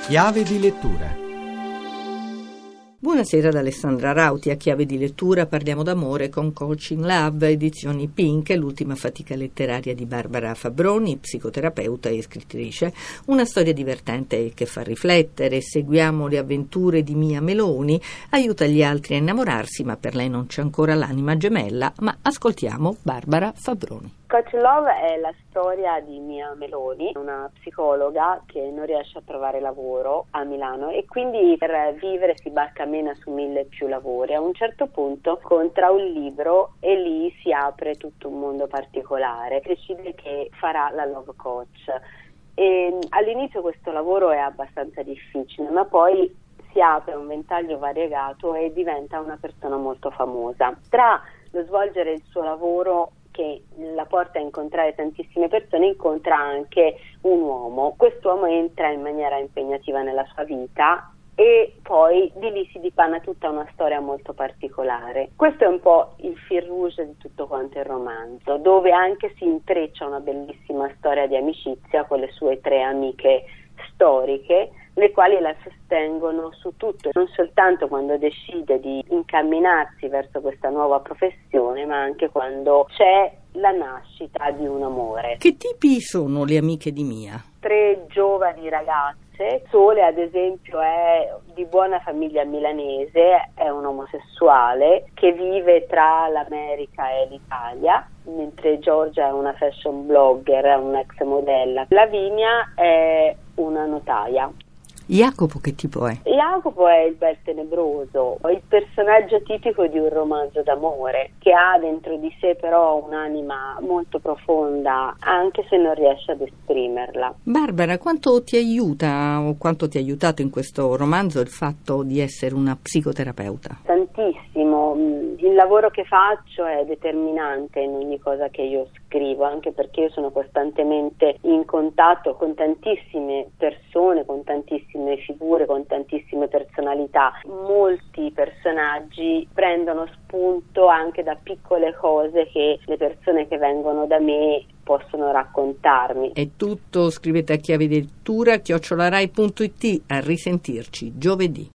Chiave di lettura. Buonasera da Alessandra Rauti. A Chiave di lettura parliamo d'amore con Coaching Love, edizioni Pink, l'ultima fatica letteraria di Barbara Fabroni, psicoterapeuta e scrittrice. Una storia divertente che fa riflettere. Seguiamo le avventure di Mia Meloni, aiuta gli altri a innamorarsi, ma per lei non c'è ancora l'anima gemella. Ma ascoltiamo Barbara Fabroni. Coach Love è la storia di Mia Meloni, una psicologa che non riesce a trovare lavoro a Milano e quindi per vivere si barcamena su 1000 più lavori. A un certo punto incontra un libro e lì si apre tutto un mondo particolare. Decide che farà la love coach e all'inizio questo lavoro è abbastanza difficile, ma poi si apre un ventaglio variegato e diventa una persona molto famosa. Tra lo svolgere il suo lavoro che la porta a incontrare tantissime persone, incontra anche un uomo. Quest'uomo entra in maniera impegnativa nella sua vita e poi di lì si dipana tutta una storia molto particolare. Questo è un po' il fil rouge di tutto quanto il romanzo, dove anche si intreccia una bellissima storia di amicizia con le sue 3 amiche storiche, le quali la sostengono su tutto, non soltanto quando decide di incamminarsi verso questa nuova professione, ma anche quando c'è la nascita di un amore. Che tipi sono le amiche di Mia? 3 giovani ragazze. Sole, ad esempio, è di buona famiglia milanese, è un omosessuale che vive tra l'America e l'Italia, mentre Giorgia è una fashion blogger, è un'ex modella. Lavinia è una notaia. Jacopo che tipo è? Jacopo è il bel tenebroso, il personaggio tipico di un romanzo d'amore, che ha dentro di sé però un'anima molto profonda, anche se non riesce ad esprimerla. Barbara, quanto ti aiuta o quanto ti ha aiutato in questo romanzo il fatto di essere una psicoterapeuta? Tantissimo. Il lavoro che faccio è determinante in ogni cosa che io scrivo, anche perché io sono costantemente in contatto con tantissime persone, con tantissime figure, con tantissime personalità. Molti personaggi prendono spunto anche da piccole cose che le persone che vengono da me possono raccontarmi. È tutto, scrivete a Chiave di lettura @rai.it. A risentirci giovedì.